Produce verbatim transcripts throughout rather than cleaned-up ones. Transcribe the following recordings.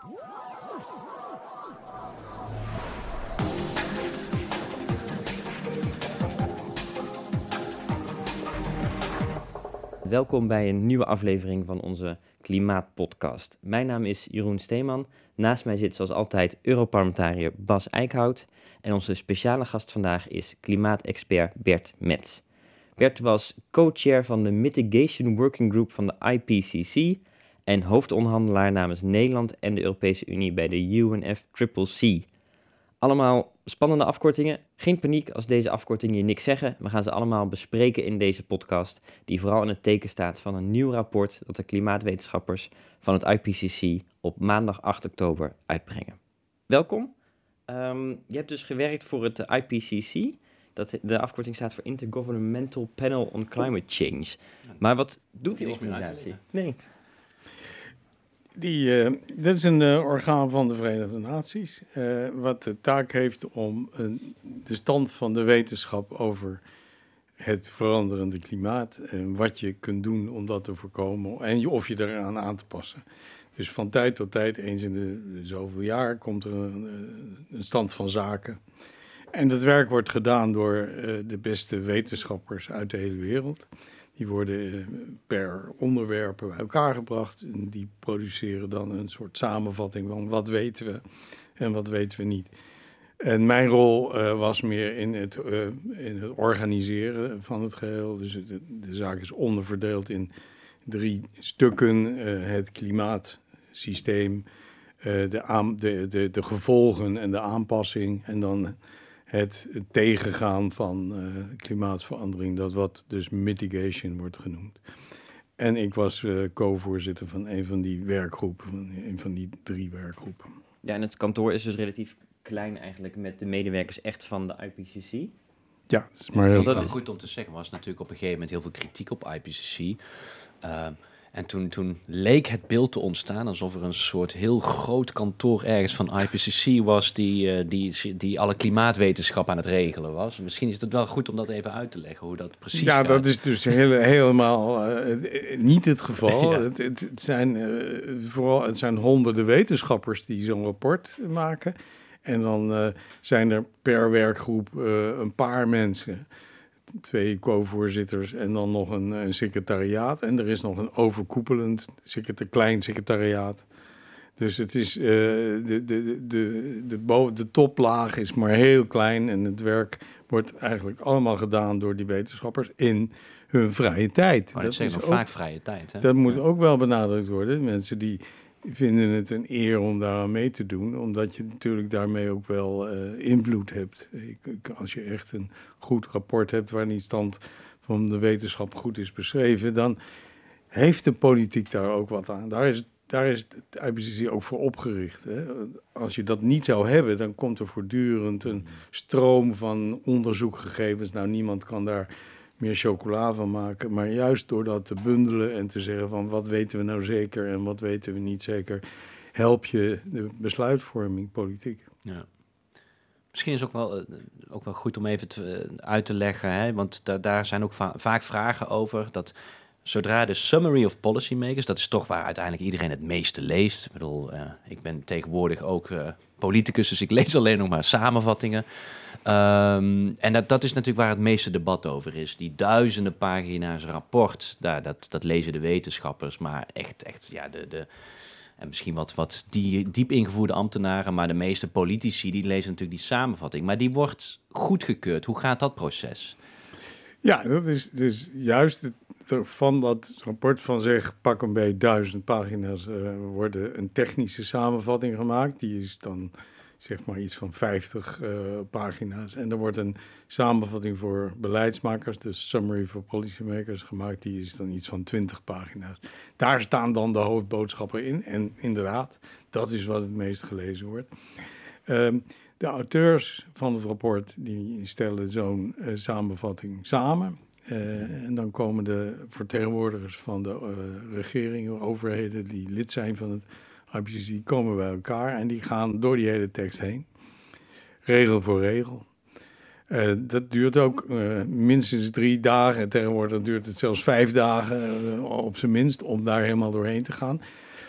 Welkom bij een nieuwe aflevering van onze Klimaatpodcast. Mijn naam is Jeroen Steeman. Naast mij zit zoals altijd Europarlementariër Bas Eickhout. En onze speciale gast vandaag is klimaatexpert Bert Metz. Bert was co-chair van de Mitigation Working Group van de I P C C en hoofdonderhandelaar namens Nederland en de Europese Unie bij de U N F C C C. Allemaal spannende afkortingen. Geen paniek als deze afkortingen je niks zeggen. We gaan ze allemaal bespreken in deze podcast, die vooral in het teken staat van een nieuw rapport dat de klimaatwetenschappers van het I P C C op maandag acht oktober uitbrengen. Welkom. Um, je hebt dus gewerkt voor het I P C C. Dat de afkorting staat voor Intergovernmental Panel on Climate Change. Maar wat doet die organisatie? Nee. Die, uh, dit is een uh, orgaan van de Verenigde Naties, uh, wat de taak heeft om een, de stand van de wetenschap over het veranderende klimaat en wat je kunt doen om dat te voorkomen en je, of je eraan aan te passen. Dus van tijd tot tijd, eens in de, de zoveel jaar, komt er een, een stand van zaken. En dat werk wordt gedaan door uh, de beste wetenschappers uit de hele wereld. Die worden per onderwerp bij elkaar gebracht. En die produceren dan een soort samenvatting van wat weten we en wat weten we niet. En mijn rol uh, was meer in het, uh, in het organiseren van het geheel. Dus de, de zaak is onderverdeeld in drie stukken. Uh, het klimaatsysteem, uh, de, aan, de, de, de gevolgen en de aanpassing. En dan het tegengaan van uh, klimaatverandering, dat wat dus mitigation wordt genoemd. En ik was uh, co-voorzitter van een van die werkgroepen, van een van die drie werkgroepen. Ja, en het kantoor is dus relatief klein eigenlijk met de medewerkers echt van de I P C C. Ja, dat is maar heel dat is goed om te zeggen. Er was natuurlijk op een gegeven moment heel veel kritiek op I P C C. Uh, En toen, toen leek het beeld te ontstaan alsof er een soort heel groot kantoor ergens van I P C C was die, uh, die, die alle klimaatwetenschap aan het regelen was. Misschien is het wel goed om dat even uit te leggen, hoe dat precies Ja, gaat. dat is dus hele, helemaal uh, niet het geval. Ja. Het, het, het, zijn, uh, vooral, het zijn honderden wetenschappers die zo'n rapport maken. En dan uh, zijn er per werkgroep uh, een paar mensen, twee co-voorzitters en dan nog een, een secretariaat. En er is nog een overkoepelend secretar- klein secretariaat. Dus het is, uh, de, de, de, de, de, boven, de toplaag is maar heel klein. En het werk wordt eigenlijk allemaal gedaan door die wetenschappers in hun vrije tijd. Maar dat, dat is nog vaak vrije tijd. Hè? Dat moet ja. ook wel benadrukt worden. Mensen die vinden het een eer om daaraan mee te doen, omdat je natuurlijk daarmee ook wel uh, invloed hebt. Als je echt een goed rapport hebt waar die stand van de wetenschap goed is beschreven, dan heeft de politiek daar ook wat aan. Daar is, daar is het I P C C ook voor opgericht. Hè? Als je dat niet zou hebben, dan komt er voortdurend een stroom van onderzoekgegevens. Nou, niemand kan daar meer chocola van maken. Maar juist door dat te bundelen en te zeggen van wat weten we nou zeker en wat weten we niet zeker, help je de besluitvorming politiek. Ja. Misschien is het ook wel, uh, ook wel goed om even te, uh, uit te leggen, hè? Want da- daar zijn ook va- vaak vragen over dat zodra de Summary of Policymakers, dat is toch waar uiteindelijk iedereen het meeste leest. Ik bedoel, uh, ik ben tegenwoordig ook uh, politicus, dus ik lees alleen nog maar samenvattingen. Um, en dat, dat is natuurlijk waar het meeste debat over is. Die duizenden pagina's rapport, daar, dat, dat lezen de wetenschappers, maar echt, echt ja, de, de, en misschien wat, wat die diep ingevoerde ambtenaren, maar de meeste politici, die lezen natuurlijk die samenvatting. Maar die wordt goedgekeurd. Hoe gaat dat proces? Ja, dat is dus juist het, van dat rapport van zeg pak een beetje duizend pagina's uh, worden een technische samenvatting gemaakt. Die is dan zeg maar iets van vijftig uh, pagina's. En er wordt een samenvatting voor beleidsmakers, de Summary for Policymakers, gemaakt. Die is dan iets van twintig pagina's. Daar staan dan de hoofdboodschappen in. En inderdaad, dat is wat het meest gelezen wordt. Um, de auteurs van het rapport die stellen zo'n uh, samenvatting samen. Uh, en dan komen de vertegenwoordigers van de uh, regeringen, overheden die lid zijn van het I P C C, die komen bij elkaar en die gaan door die hele tekst heen. Regel voor regel. Uh, dat duurt ook uh, minstens drie dagen. Tegenwoordig duurt het zelfs vijf dagen uh, op zijn minst om daar helemaal doorheen te gaan.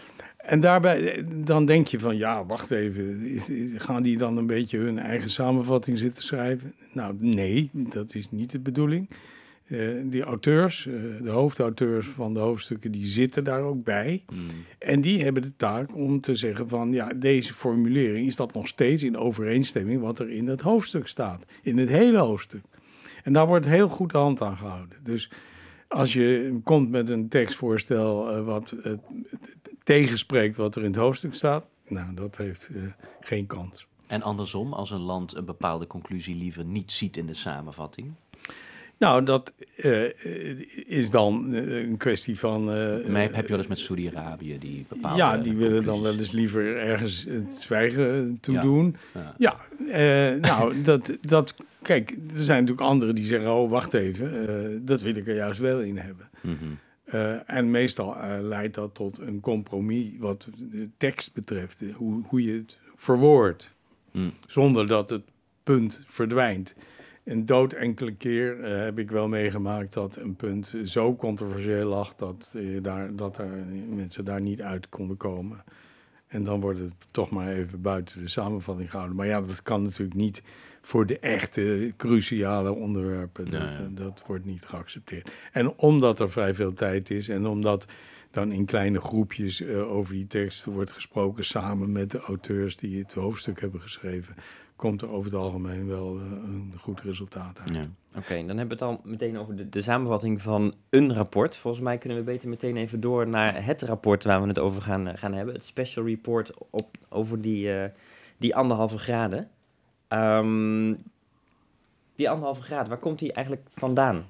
En daarbij, dan denk je van, ja, wacht even, is, is, gaan die dan een beetje hun eigen samenvatting zitten schrijven? Nou, nee, dat is niet de bedoeling. Uh, die auteurs, uh, de hoofdauteurs van de hoofdstukken, die zitten daar ook bij. Mm. En die hebben de taak om te zeggen van, ja, deze formulering, is dat nog steeds in overeenstemming wat er in het hoofdstuk staat? In het hele hoofdstuk. En daar wordt heel goed de hand aan gehouden. Dus als je komt met een tekstvoorstel uh, wat uh, tegenspreekt wat er in het hoofdstuk staat, nou, dat heeft uh, geen kans. En andersom, als een land een bepaalde conclusie liever niet ziet in de samenvatting? Nou, dat uh, is dan uh, een kwestie van... Uh, maar heb je wel eens met Saudi-Arabië die bepaalde Ja, die willen conclusies. dan wel eens liever ergens het zwijgen toe ja. doen. Ja, ja uh, nou, dat, dat... Kijk, er zijn natuurlijk anderen die zeggen, oh, wacht even, uh, dat wil ik er juist wel in hebben. Mm-hmm. Uh, en meestal uh, leidt dat tot een compromis wat de tekst betreft, hoe, hoe je het verwoordt, mm. zonder dat het punt verdwijnt. Een dood enkele keer uh, heb ik wel meegemaakt dat een punt zo controversieel lag dat, uh, daar, dat er mensen daar niet uit konden komen. En dan wordt het toch maar even buiten de samenvatting gehouden. Maar ja, dat kan natuurlijk niet voor de echte cruciale onderwerpen. Nee, dat, ja. dat wordt niet geaccepteerd. En omdat er vrij veel tijd is en omdat dan in kleine groepjes uh, over die tekst wordt gesproken samen met de auteurs die het hoofdstuk hebben geschreven, komt er over het algemeen wel uh, een goed resultaat uit. Ja. Oké, okay, dan hebben we het al meteen over de, de samenvatting van een rapport. Volgens mij kunnen we beter meteen even door naar het rapport waar we het over gaan, gaan hebben. Het special report op, over die, uh, die anderhalve graden. Um, die anderhalve graad, waar komt die eigenlijk vandaan?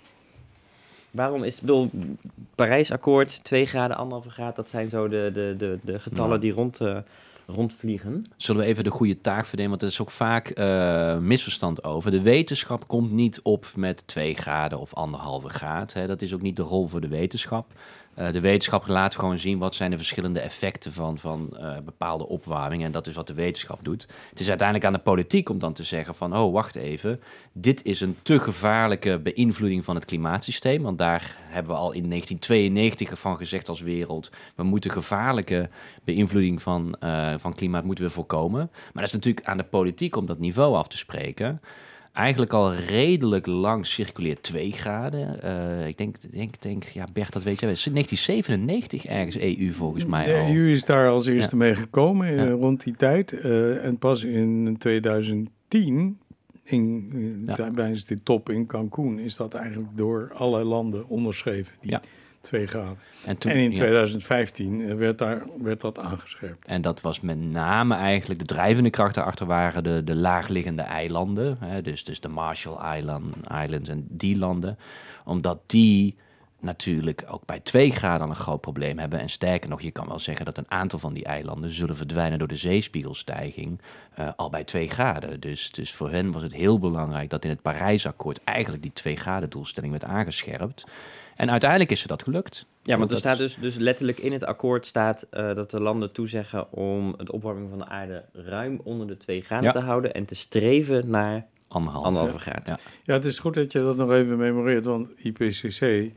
Waarom is, ik bedoel, Parijsakkoord, twee graden, anderhalve graad, dat zijn zo de, de, de, de getallen die rond... Uh, rondvliegen. Zullen we even de goede taak verdelen, want er is ook vaak uh, misverstand over. De wetenschap komt niet op met twee graden of anderhalve graad. Hè. Dat is ook niet de rol voor de wetenschap. Uh, de wetenschap laat gewoon zien wat zijn de verschillende effecten van, van uh, bepaalde opwarming. En dat is wat de wetenschap doet. Het is uiteindelijk aan de politiek om dan te zeggen van, oh, wacht even. Dit is een te gevaarlijke beïnvloeding van het klimaatsysteem. Want daar hebben we al in negentien tweeënnegentig van gezegd als wereld, we moeten gevaarlijke beïnvloeding van, uh, van klimaat moeten we voorkomen. Maar dat is natuurlijk aan de politiek om dat niveau af te spreken. Eigenlijk al redelijk lang circuleert twee graden. Uh, ik denk, denk, denk, ja, Bert, dat weet jij wel. negentien zevenennegentig ergens E U volgens mij de al. De E U is daar als eerste ja. mee gekomen uh, ja. rond die tijd. Uh, en pas in tweeduizend tien, in, uh, ja. tijdens de top in Cancún, is dat eigenlijk door alle landen onderschreven. Die ja. twee graden. En, toen, en in tweeduizend vijftien ja. werd, daar, werd dat aangescherpt. En dat was met name eigenlijk de drijvende kracht daarachter waren de, de laagliggende eilanden. Hè, dus, dus de Marshall Island, Islands en die landen. Omdat die natuurlijk ook bij twee graden een groot probleem hebben. En sterker nog, je kan wel zeggen dat een aantal van die eilanden zullen verdwijnen door de zeespiegelstijging uh, al bij twee graden. Dus, dus voor hen was het heel belangrijk dat in het Parijsakkoord eigenlijk die twee graden doelstelling werd aangescherpt. En uiteindelijk is er dat gelukt. Ja, want er staat dus, dus letterlijk in het akkoord staat uh, dat de landen toezeggen om de opwarming van de aarde ruim onder de twee graden ja. te houden en te streven naar anderhalve, anderhalve graad. Ja. ja, het is goed dat je dat nog even memoreert, want I P C C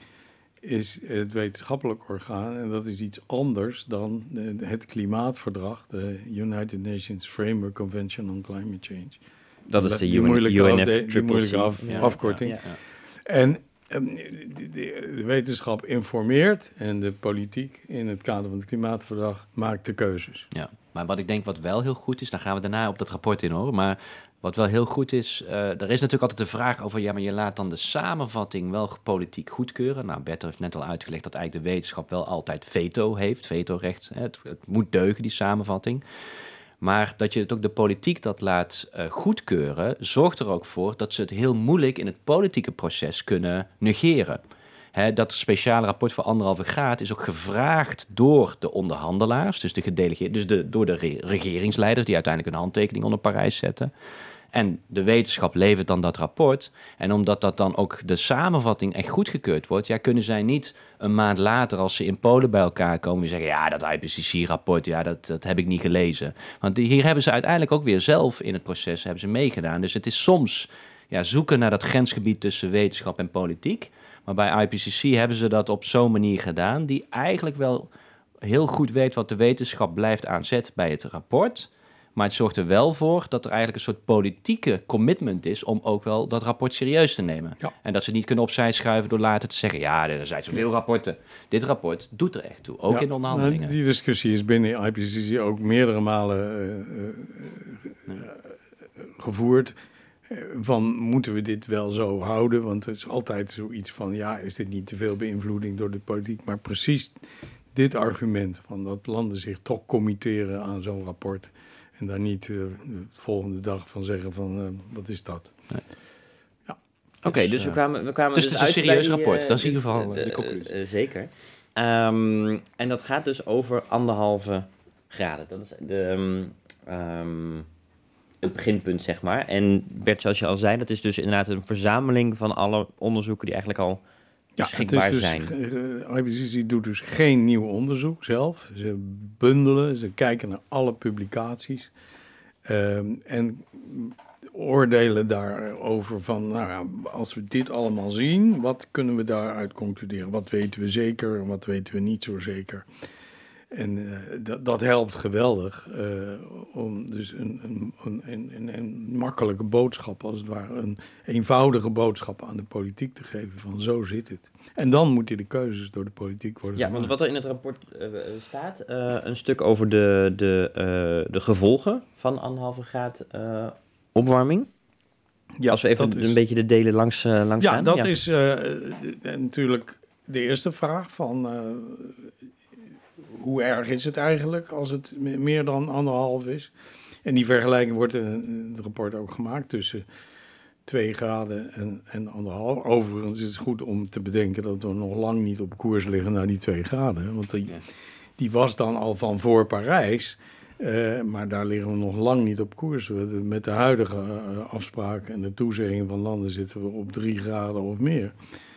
is het wetenschappelijk orgaan en dat is iets anders dan het klimaatverdrag, de United Nations Framework Convention on Climate Change. Dat is de die U N, moeilijke, U N F afde- die moeilijke af, ja, afkorting. Ja, ja, ja. En De, de, de wetenschap informeert en de politiek in het kader van het klimaatverdrag maakt de keuzes. Ja, maar wat ik denk wat wel heel goed is, dan gaan we daarna op dat rapport in hoor, maar wat wel heel goed is, uh, er is natuurlijk altijd de vraag over, ja, maar je laat dan de samenvatting wel politiek goedkeuren. Nou, Bert heeft net al uitgelegd dat eigenlijk de wetenschap wel altijd veto heeft, vetorecht. Hè, het, het moet deugen, die samenvatting. Maar dat je het ook de politiek dat laat uh, goedkeuren, zorgt er ook voor dat ze het heel moeilijk in het politieke proces kunnen negeren. Hè, dat speciale rapport voor anderhalve graad is ook gevraagd door de onderhandelaars, dus de gedelegeerden, dus de, door de re- regeringsleiders die uiteindelijk een handtekening onder Parijs zetten. En de wetenschap levert dan dat rapport. En omdat dat dan ook de samenvatting echt goedgekeurd wordt, ja, kunnen zij niet een maand later, als ze in Polen bij elkaar komen, weer zeggen, ja, dat I P C C-rapport, ja, dat, dat heb ik niet gelezen. Want die, hier hebben ze uiteindelijk ook weer zelf in het proces hebben ze meegedaan. Dus het is soms ja, zoeken naar dat grensgebied tussen wetenschap en politiek. Maar bij I P C C hebben ze dat op zo'n manier gedaan, die eigenlijk wel heel goed weet wat de wetenschap blijft aan zet bij het rapport. Maar het zorgt er wel voor dat er eigenlijk een soort politieke commitment is om ook wel dat rapport serieus te nemen. Ja. En dat ze niet kunnen opzij schuiven door later te zeggen, ja, er zijn zoveel rapporten. Dit rapport doet er echt toe, ook Ja, in de onderhandelingen. Die discussie is binnen I P C C ook meerdere malen uh, uh, uh, gevoerd. Van, moeten we dit wel zo houden? Want er is altijd zoiets van, ja, is dit niet te veel beïnvloeding door de politiek? Maar precies dit argument van dat landen zich toch committeren aan zo'n rapport en daar niet uh, de volgende dag van zeggen van, uh, wat is dat? Nee. Ja. Oké, okay, dus we kwamen, we kwamen dus, dus het is uit een serieus bij die, rapport, uh, dat is in dit, ieder geval uh, de conclusie. Uh, uh, zeker. Um, en dat gaat dus over anderhalve graden. Dat is de, um, um, het beginpunt, zeg maar. En Bert, zoals je al zei, dat is dus inderdaad een verzameling van alle onderzoeken die eigenlijk al ja, beschikbaar dus, zijn. Uh, I P C C doet dus geen nieuw onderzoek zelf. Ze bundelen, ze kijken naar alle publicaties. Um, en oordelen daarover van, nou ja, als we dit allemaal zien, wat kunnen we daaruit concluderen? Wat weten we zeker en wat weten we niet zo zeker? En uh, dat, dat helpt geweldig uh, om dus een, een, een, een, een makkelijke boodschap, als het ware, een eenvoudige boodschap aan de politiek te geven van zo zit het. En dan moeten de keuzes door de politiek worden Ja, gemaakt. want wat er in het rapport uh, staat, uh, een stuk over de, de, uh, de gevolgen van anderhalve graad uh, opwarming. Ja, als we even een is... beetje de delen langs, uh, langs ja, gaan. Dat ja, dat is uh, natuurlijk de eerste vraag van uh, hoe erg is het eigenlijk als het meer dan anderhalf is? En die vergelijking wordt in het rapport ook gemaakt tussen twee graden en, en anderhalf. Overigens is het goed om te bedenken dat we nog lang niet op koers liggen naar die twee graden. Want die, die was dan al van voor Parijs. Uh, maar daar liggen we nog lang niet op koers. We, de, met de huidige uh, afspraken en de toezeggingen van landen zitten we op drie graden of meer.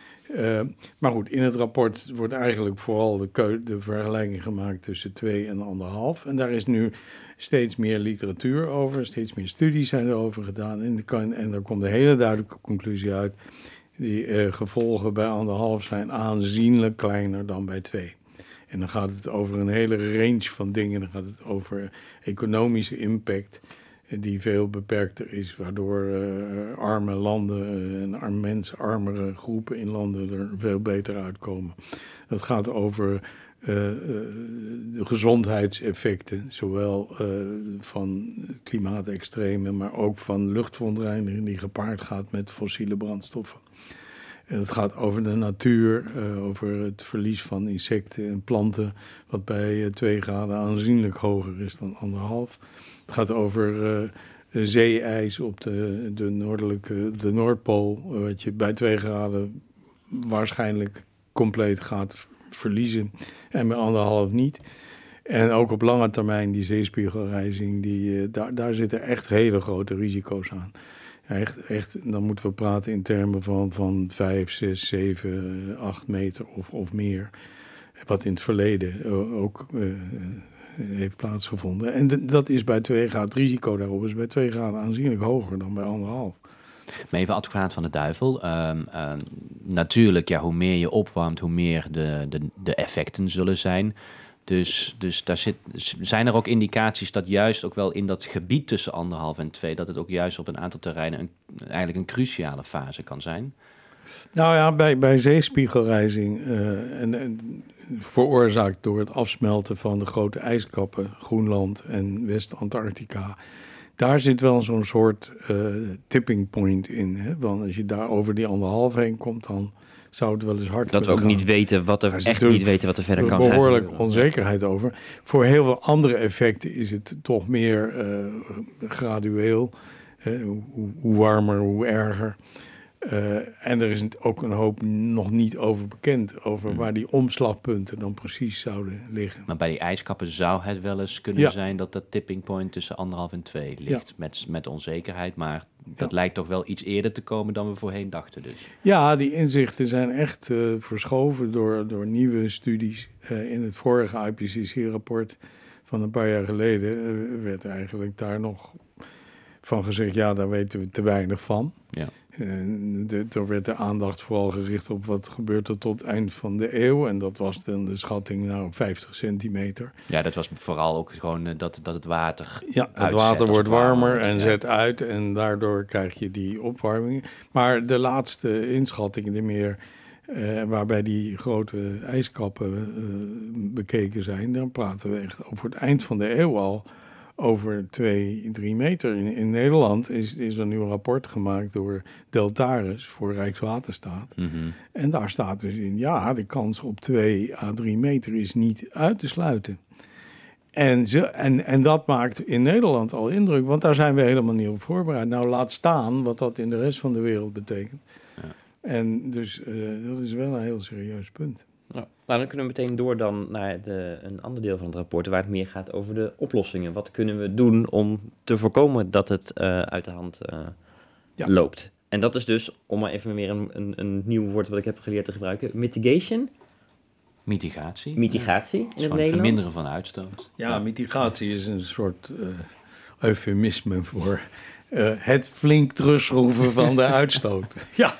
Uh, maar goed, in het rapport wordt eigenlijk vooral de, keu- de vergelijking gemaakt tussen twee en anderhalf. En daar is nu steeds meer literatuur over, steeds meer studies zijn erover gedaan. En, de kan, en daar komt een hele duidelijke conclusie uit. Die uh, gevolgen bij anderhalf zijn aanzienlijk kleiner dan bij twee. En dan gaat het over een hele range van dingen. Dan gaat het over economische impact die veel beperkter is, waardoor uh, arme landen uh, en arm mensen, armere groepen in landen er veel beter uitkomen. Het gaat over uh, uh, de gezondheidseffecten, zowel uh, van klimaatextremen, maar ook van luchtverontreiniging die gepaard gaat met fossiele brandstoffen. En het gaat over de natuur, uh, over het verlies van insecten en planten, wat bij uh, twee graden aanzienlijk hoger is dan anderhalf. Het gaat over uh, zeeijs op de, de noordelijke, de Noordpool, wat je bij twee graden waarschijnlijk compleet gaat verliezen en bij anderhalf niet. En ook op lange termijn die zeespiegelrijzing, die, uh, daar, daar zitten echt hele grote risico's aan. Echt, echt, dan moeten we praten in termen van, van vijf, zes, zeven, acht meter of, of meer. Wat in het verleden ook uh, heeft plaatsgevonden. En d- dat is bij twee graden, het risico daarop is bij twee graden aanzienlijk hoger dan bij anderhalf. Maar even advocaat van de duivel. Um, uh, natuurlijk, ja, hoe meer je opwarmt, hoe meer de, de, de effecten zullen zijn. Dus, dus daar zit, zijn er ook indicaties dat juist ook wel in dat gebied tussen anderhalf en twee, dat het ook juist op een aantal terreinen een, eigenlijk een cruciale fase kan zijn? Nou ja, bij, bij zeespiegelrijzing uh, en, en veroorzaakt door het afsmelten van de grote ijskappen, Groenland en West-Antarctica, daar zit wel zo'n soort uh, tipping point in. Hè? Want als je daar over die anderhalf heen komt, dan zou het wel eens hard dat we ook gaan. niet weten wat er echt niet weten wat er verder kan gaan. Behoorlijk onzekerheid over. Voor heel veel andere effecten is het toch meer uh, gradueel. Hè? Hoe, hoe warmer, hoe erger. Uh, en er is ook een hoop nog niet over bekend, over hmm. waar die omslagpunten dan precies zouden liggen. Maar bij die ijskappen zou het wel eens kunnen ja. zijn dat dat tipping point tussen anderhalf en twee ligt, ja. met, met onzekerheid, maar dat ja. lijkt toch wel iets eerder te komen dan we voorheen dachten dus. Ja, die inzichten zijn echt uh, verschoven door, door nieuwe studies. Uh, in het vorige I P C C-rapport van een paar jaar geleden uh, werd eigenlijk daar nog van gezegd, ja, daar weten we te weinig van. Ja. En de, er werd de aandacht vooral gericht op wat gebeurt er tot het eind van de eeuw. En dat was dan de schatting nou vijftig centimeter. Ja, dat was vooral ook gewoon uh, dat, dat het water Ja, het uitzet, water als wordt het ware. warmer en Ja. zet uit. En daardoor krijg je die opwarming. Maar de laatste inschattingen, de meer... Uh, waarbij die grote ijskappen uh, bekeken zijn... dan praten we echt over het eind van de eeuw al... over twee, drie meter. In, in Nederland is, is er nu een rapport gemaakt door Deltares voor Rijkswaterstaat. Mm-hmm. En daar staat dus in, ja, de kans op twee à drie meter is niet uit te sluiten. En, ze, en, en dat maakt in Nederland al indruk, want daar zijn we helemaal niet op voorbereid. Nou, laat staan wat dat in de rest van de wereld betekent. Ja. En dus uh, dat is wel een heel serieus punt. Ja. Nou, dan kunnen we meteen door dan naar de, een ander deel van het rapport... waar het meer gaat over de oplossingen. Wat kunnen we doen om te voorkomen dat het uh, uit de hand uh, ja. loopt? En dat is dus, om maar even weer een, een, een nieuw woord... wat ik heb geleerd te gebruiken, mitigation... Mitigatie. Mitigatie in het Nederlands. Verminderen van uitstoot. Ja, ja, mitigatie is een soort uh, eufemisme voor uh, het flink terugschroeven van de uitstoot. Ja.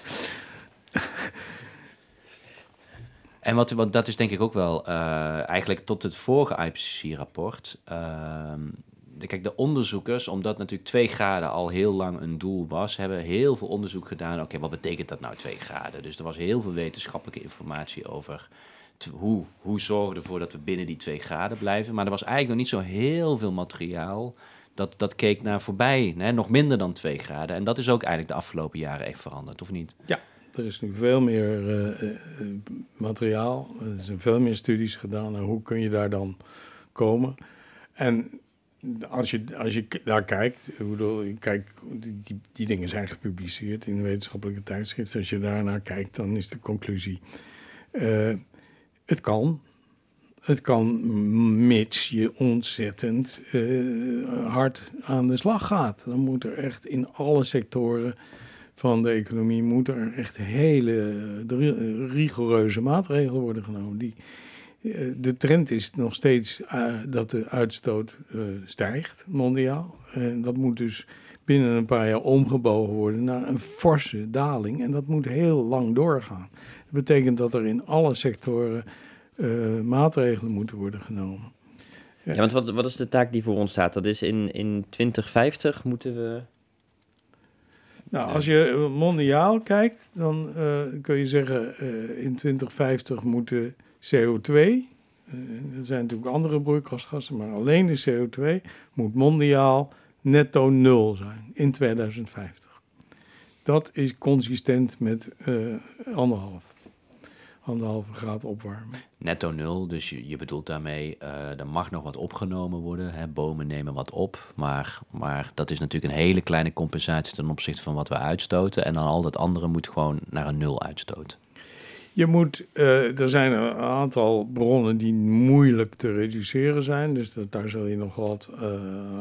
En wat, wat dat is denk ik ook wel uh, eigenlijk tot het vorige I P C C-rapport. Uh, de, kijk, de onderzoekers, omdat natuurlijk twee graden al heel lang een doel was, hebben heel veel onderzoek gedaan. Oké, okay, wat betekent dat nou twee graden? Dus er was heel veel wetenschappelijke informatie over te, hoe, hoe zorgen we ervoor dat we binnen die twee graden blijven. Maar er was eigenlijk nog niet zo heel veel materiaal dat, dat keek naar voorbij, hè, nog minder dan twee graden. En dat is ook eigenlijk de afgelopen jaren echt veranderd, of niet? Ja. Er is nu veel meer uh, uh, materiaal, er zijn veel meer studies gedaan en hoe kun je daar dan komen. En als je, als je daar kijkt, ik bedoel, kijk, die, die, die dingen zijn gepubliceerd in wetenschappelijke tijdschriften. Als je daarnaar kijkt, dan is de conclusie, uh, het kan. Het kan mits je ontzettend uh, hard aan de slag gaat. Dan moet er echt in alle sectoren van de economie moeten er echt hele de, rigoureuze maatregelen worden genomen. Die, uh, de trend is nog steeds uh, dat de uitstoot uh, stijgt mondiaal. En dat moet dus binnen een paar jaar omgebogen worden naar een forse daling. En dat moet heel lang doorgaan. Dat betekent dat er in alle sectoren uh, maatregelen moeten worden genomen. Ja, ja want wat, wat is de taak die voor ons staat? Dat is in, in twintig vijftig moeten we... Nou, als je mondiaal kijkt, dan uh, kun je zeggen uh, in twintig vijftig moeten C O twee, uh, er zijn natuurlijk andere broeikasgassen, maar alleen de C O twee moet mondiaal netto nul zijn in tweeduizend vijftig. Dat is consistent met uh, anderhalf. Anderhalve graad opwarming. Netto nul, dus je, je bedoelt daarmee, uh, er mag nog wat opgenomen worden. Hè? Bomen nemen wat op, maar, maar dat is natuurlijk een hele kleine compensatie ten opzichte van wat we uitstoten. En dan al dat andere moet gewoon naar een nul uitstoot. Je moet, uh, er zijn een aantal bronnen die moeilijk te reduceren zijn. Dus dat, daar zul je nog wat uh,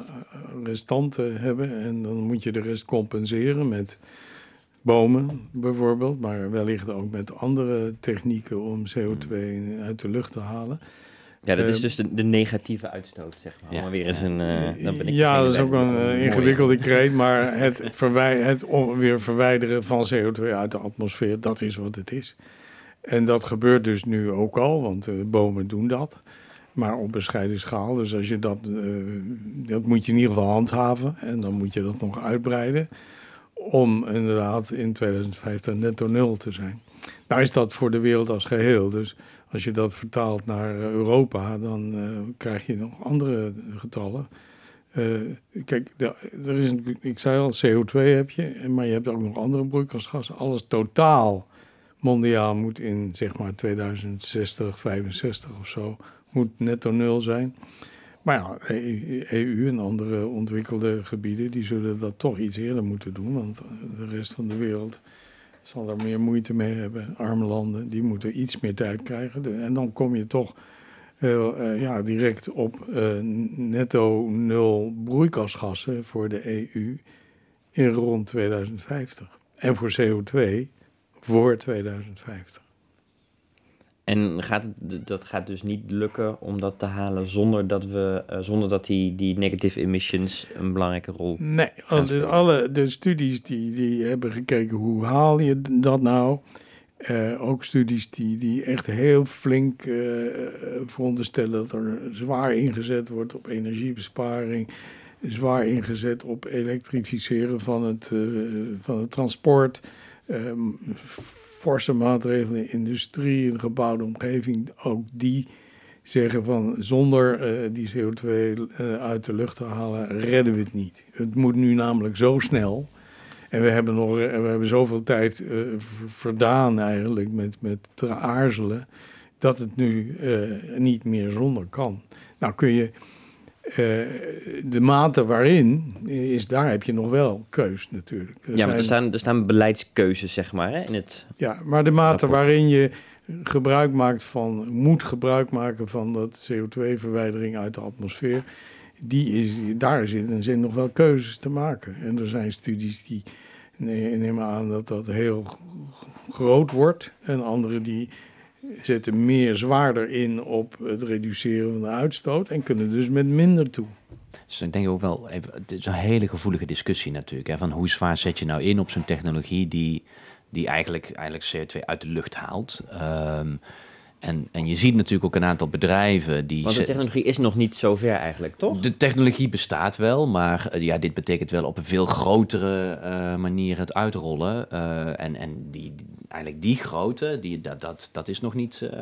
restanten hebben. En dan moet je de rest compenseren met bomen bijvoorbeeld, maar wellicht ook met andere technieken om C O twee uit de lucht te halen. Ja, dat uh, is dus de, de negatieve uitstoot, zeg maar. Ja, maar weer eens een... Uh, dan ben ik ja, dat is ook een uh, ingewikkelde kreet, maar het, verwij- het om, weer verwijderen van C O twee uit de atmosfeer, dat is wat het is. En dat gebeurt dus nu ook al, want uh, bomen doen dat, maar op bescheiden schaal. Dus als je dat, uh, dat moet je in ieder geval handhaven en dan moet je dat nog uitbreiden om inderdaad in tweeduizend vijftig netto nul te zijn. Nou is dat voor de wereld als geheel. Dus als je dat vertaalt naar Europa, dan uh, krijg je nog andere getallen. Uh, kijk, de, er is een, ik zei al, C O twee heb je, maar je hebt ook nog andere broeikasgassen. Alles totaal mondiaal moet in zeg maar tweeduizend zestig, vijfenzestig of zo, moet netto nul zijn. Maar ja, E U en andere ontwikkelde gebieden, die zullen dat toch iets eerder moeten doen. Want de rest van de wereld zal er meer moeite mee hebben. Arme landen, die moeten iets meer tijd krijgen. En dan kom je toch uh, uh, ja, direct op uh, netto nul broeikasgassen voor de E U in rond tweeduizend vijftig. En voor C O twee voor tweeduizend vijftig. En gaat het, dat gaat dus niet lukken om dat te halen zonder dat we, uh, zonder dat die, die negative emissions een belangrijke rol Nee, alle, alle de studies die, die hebben gekeken hoe haal je dat nou. Uh, ook studies die, die echt heel flink uh, veronderstellen dat er zwaar ingezet wordt op energiebesparing, zwaar ingezet op elektrificeren van het, uh, van het transport, um, forse maatregelen in de industrie, in de gebouwde omgeving, ook die zeggen van zonder uh, die C O twee uh, uit de lucht te halen redden we het niet. Het moet nu namelijk zo snel. En we hebben nog, we hebben zoveel tijd uh, verdaan eigenlijk met, met te aarzelen, dat het nu uh, niet meer zonder kan. Nou kun je, uh, de mate waarin, is, daar heb je nog wel keus natuurlijk. Er ja, zijn, maar er staan, er staan beleidskeuzes, zeg maar, hè, in het... Ja, maar de mate rapport. waarin je gebruik maakt van, moet gebruik maken van dat C O twee verwijdering uit de atmosfeer, die is, daar zit in zin nog wel keuzes te maken. En er zijn studies die nemen aan dat dat heel groot wordt. En andere die zetten meer zwaarder in op het reduceren van de uitstoot en kunnen dus met minder toe. Dus ik denk ook wel, even, het is een hele gevoelige discussie natuurlijk. Hè, van hoe zwaar zet je nou in op zo'n technologie die, die eigenlijk, eigenlijk C O twee uit de lucht haalt. Um, En, en je ziet natuurlijk ook een aantal bedrijven die... Want de technologie is nog niet zo ver eigenlijk, toch? De technologie bestaat wel, maar uh, ja, dit betekent wel op een veel grotere uh, manier het uitrollen. Uh, en en die, die, eigenlijk die grootte, die, dat, dat, dat is nog niet, uh,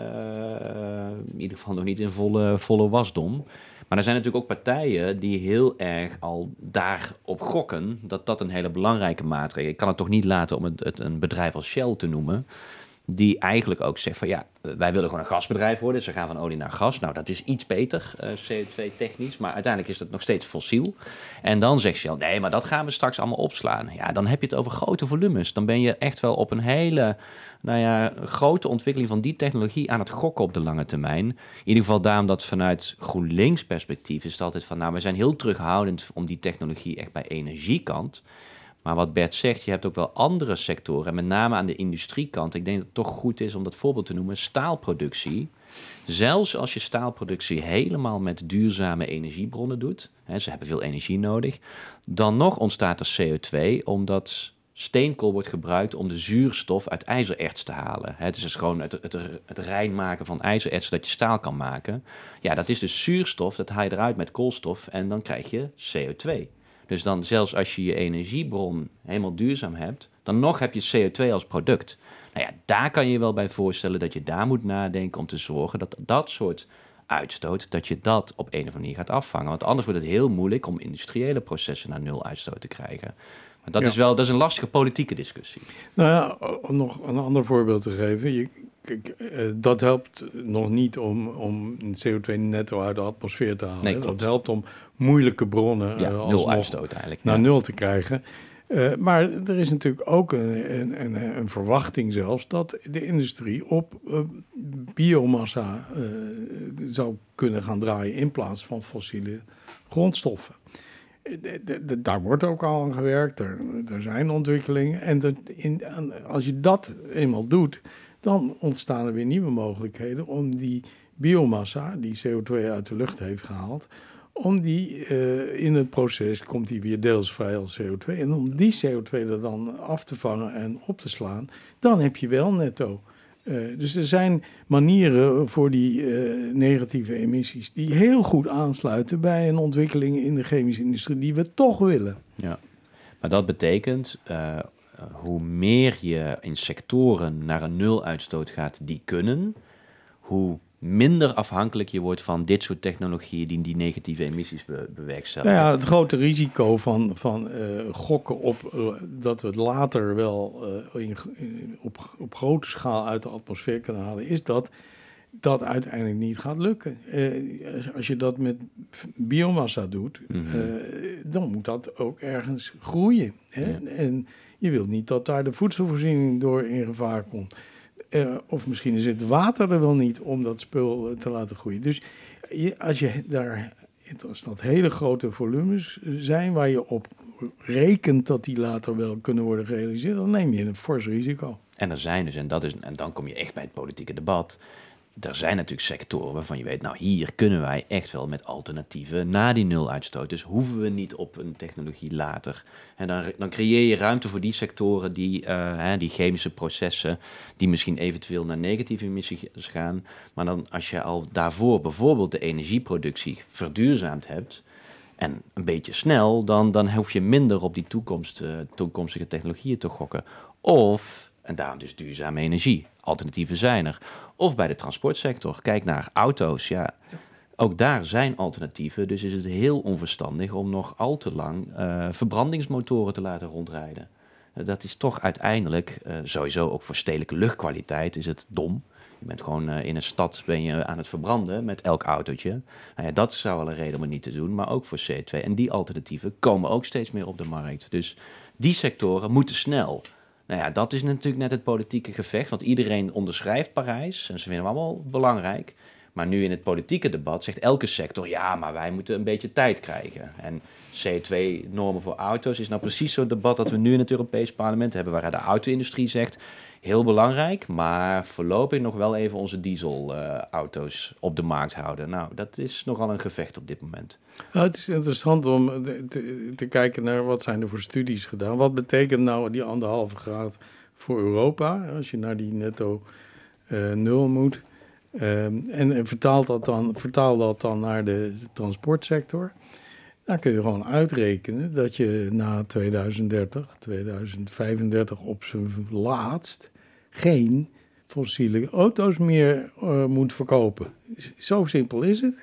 in ieder geval nog niet in volle, volle wasdom. Maar er zijn natuurlijk ook partijen die heel erg al daarop gokken dat dat een hele belangrijke maatregel is. Ik kan het toch niet laten om het, het een bedrijf als Shell te noemen, die eigenlijk ook zegt van ja, wij willen gewoon een gasbedrijf worden. Dus we gaan van olie naar gas. Nou, dat is iets beter, uh, C O twee technisch. Maar uiteindelijk is dat nog steeds fossiel. En dan zegt Shell, nee, maar dat gaan we straks allemaal opslaan. Ja, dan heb je het over grote volumes. Dan ben je echt wel op een hele, nou ja, grote ontwikkeling van die technologie aan het gokken op de lange termijn. In ieder geval daarom dat vanuit GroenLinks perspectief is het altijd van, nou, we zijn heel terughoudend om die technologie echt bij energiekant. Maar wat Bert zegt, je hebt ook wel andere sectoren, en met name aan de industriekant. Ik denk dat het toch goed is om dat voorbeeld te noemen, staalproductie. Zelfs als je staalproductie helemaal met duurzame energiebronnen doet, hè, ze hebben veel energie nodig, dan nog ontstaat er C O twee, omdat steenkool wordt gebruikt om de zuurstof uit ijzererts te halen. Het is dus gewoon het, het, het rein maken van ijzererts, zodat je staal kan maken. Ja, dat is dus zuurstof, dat haal je eruit met koolstof en dan krijg je C O twee. Dus dan zelfs als je je energiebron helemaal duurzaam hebt, dan nog heb je C O twee als product. Nou ja, daar kan je je wel bij voorstellen dat je daar moet nadenken om te zorgen dat dat soort uitstoot, dat je dat op een of andere manier gaat afvangen. Want anders wordt het heel moeilijk om industriële processen naar nul uitstoot te krijgen. Maar dat, ja. is wel, dat is een lastige politieke discussie. Nou ja, om nog een ander voorbeeld te geven. Je, kijk, uh, dat helpt nog niet om, om C O twee netto uit de atmosfeer te halen. Nee, dat helpt om moeilijke bronnen ja, uh, nul uitstoot eigenlijk. naar ja. nul te krijgen. Uh, maar er is natuurlijk ook een, een, een, een verwachting zelfs dat de industrie op uh, biomassa uh, zou kunnen gaan draaien in plaats van fossiele grondstoffen. De, de, de, daar wordt ook al aan gewerkt, er, er zijn ontwikkelingen. En de, in, als je dat eenmaal doet, dan ontstaan er weer nieuwe mogelijkheden om die biomassa, die C O twee uit de lucht heeft gehaald, om die uh, in het proces komt die weer deels vrij als C O twee. En om die C O twee er dan af te vangen en op te slaan, dan heb je wel netto. Uh, dus er zijn manieren voor die uh, negatieve emissies die heel goed aansluiten bij een ontwikkeling in de chemische industrie die we toch willen. Ja, maar dat betekent uh, hoe meer je in sectoren naar een nul uitstoot gaat die kunnen, hoe minder afhankelijk je wordt van dit soort technologieën die die negatieve emissies be- bewerkstelligen. Nou ja, het grote risico van, van uh, gokken op uh, dat we het later wel uh, in, in, op, op grote schaal uit de atmosfeer kunnen halen, is dat dat uiteindelijk niet gaat lukken. Uh, als je dat met biomassa doet, mm-hmm. uh, dan moet dat ook ergens groeien. Hè? Ja. En je wilt niet dat daar de voedselvoorziening door in gevaar komt. Uh, of misschien is het water er wel niet om dat spul te laten groeien. Dus je, als je daar, als dat hele grote volumes zijn waar je op rekent dat die later wel kunnen worden gerealiseerd, dan neem je een fors risico. En er zijn dus, en, dat is, en dan kom je echt bij het politieke debat, er zijn natuurlijk sectoren waarvan je weet, nou hier kunnen wij echt wel met alternatieven na die nuluitstoot. Dus hoeven we niet op een technologie later. En dan, dan creëer je ruimte voor die sectoren, die, uh, hè, die chemische processen, die misschien eventueel naar negatieve emissies gaan. Maar dan als je al daarvoor bijvoorbeeld de energieproductie verduurzaamd hebt, en een beetje snel, dan, dan hoef je minder op die toekomst, uh, toekomstige technologieën te gokken. Of, en daarom dus duurzame energie, alternatieven zijn er. Of bij de transportsector, kijk naar auto's, ja, ook daar zijn alternatieven. Dus is het heel onverstandig om nog al te lang uh, verbrandingsmotoren te laten rondrijden. Uh, dat is toch uiteindelijk, uh, sowieso ook voor stedelijke luchtkwaliteit, is het dom. Je bent gewoon uh, in een stad ben je aan het verbranden met elk autootje. Nou ja, dat zou wel een reden om het niet te doen, maar ook voor C O twee. En die alternatieven komen ook steeds meer op de markt. Dus die sectoren moeten snel. Nou ja, dat is natuurlijk net het politieke gevecht, want iedereen onderschrijft Parijs en ze vinden hem allemaal belangrijk. Maar nu in het politieke debat zegt elke sector, ja, maar wij moeten een beetje tijd krijgen. En C O twee normen voor auto's is nou precies zo'n debat dat we nu in het Europees Parlement hebben, waar de auto-industrie zegt, heel belangrijk, maar voorlopig nog wel even onze dieselauto's uh, op de markt houden. Nou, dat is nogal een gevecht op dit moment. Nou, het is interessant om te, te kijken naar wat zijn er voor studies gedaan. Wat betekent nou die anderhalve graad voor Europa, als je naar die netto uh, nul moet? Um, en en vertaal, dat dan, vertaal dat dan naar de transportsector. Dan kun je gewoon uitrekenen dat je na tweeduizend dertig, tweeduizend vijfendertig op zijn laatst geen fossiele auto's meer uh, moet verkopen. Zo simpel is het.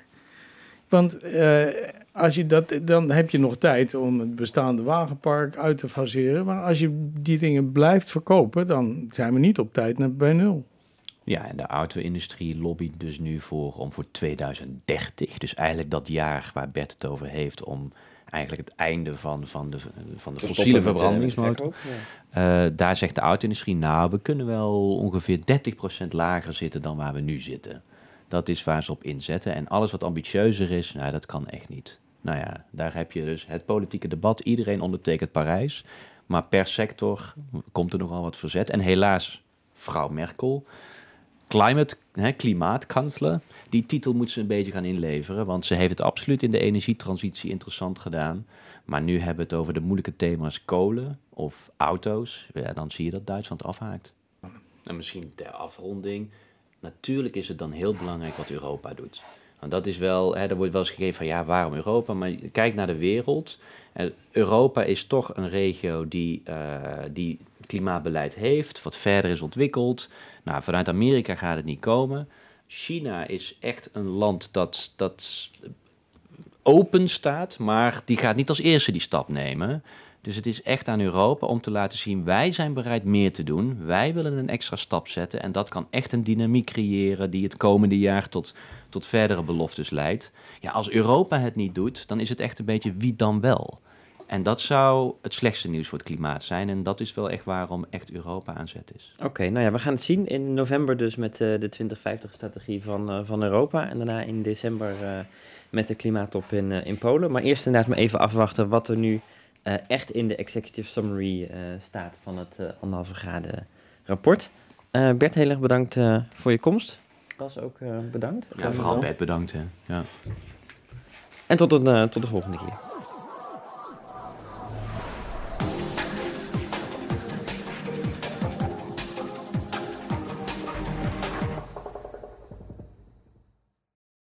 Want uh, als je dat, dan heb je nog tijd om het bestaande wagenpark uit te faseren. Maar als je die dingen blijft verkopen, dan zijn we niet op tijd naar bij nul. Ja, en de auto-industrie lobbyt dus nu voor om voor tweeduizend dertig, dus eigenlijk dat jaar waar Bert het over heeft, om eigenlijk het einde van, van de, van de fossiele verbrandingsmotor. Ja. Uh, daar zegt de auto-industrie, nou, we kunnen wel ongeveer dertig procent lager zitten dan waar we nu zitten. Dat is waar ze op inzetten. En alles wat ambitieuzer is, nou, dat kan echt niet. Nou ja, daar heb je dus het politieke debat. Iedereen ondertekent Parijs, maar per sector komt er nogal wat verzet. En helaas, mevrouw Merkel, Climate, hè, klimaatkansler, die titel moet ze een beetje gaan inleveren, want ze heeft het absoluut in de energietransitie interessant gedaan. Maar nu hebben we het over de moeilijke thema's kolen of auto's. Ja, dan zie je dat Duitsland afhaakt. En misschien ter afronding, natuurlijk is het dan heel belangrijk wat Europa doet. Want dat is wel, hè, er wordt wel eens gegeven van ja, waarom Europa? Maar kijk naar de wereld. Europa is toch een regio die, uh, die klimaatbeleid heeft, wat verder is ontwikkeld. Nou, vanuit Amerika gaat het niet komen. China is echt een land dat, dat open staat, maar die gaat niet als eerste die stap nemen. Dus het is echt aan Europa om te laten zien, wij zijn bereid meer te doen. Wij willen een extra stap zetten en dat kan echt een dynamiek creëren die het komende jaar tot, tot verdere beloftes leidt. Ja, als Europa het niet doet, dan is het echt een beetje wie dan wel. En dat zou het slechtste nieuws voor het klimaat zijn. En dat is wel echt waarom echt Europa aan zet is. Oké, okay, nou ja, we gaan het zien in november dus met uh, de twintig vijftig-strategie van, uh, van Europa. En daarna in december uh, met de klimaattop in, uh, in Polen. Maar eerst inderdaad maar even afwachten wat er nu uh, echt in de executive summary uh, staat van het uh, anderhalve graden rapport. Uh, Bert, heel erg bedankt uh, voor je komst. Bas ook uh, bedankt. Ja, vooral Bert bedankt. Hè. Ja. En tot, een, uh, tot de volgende keer.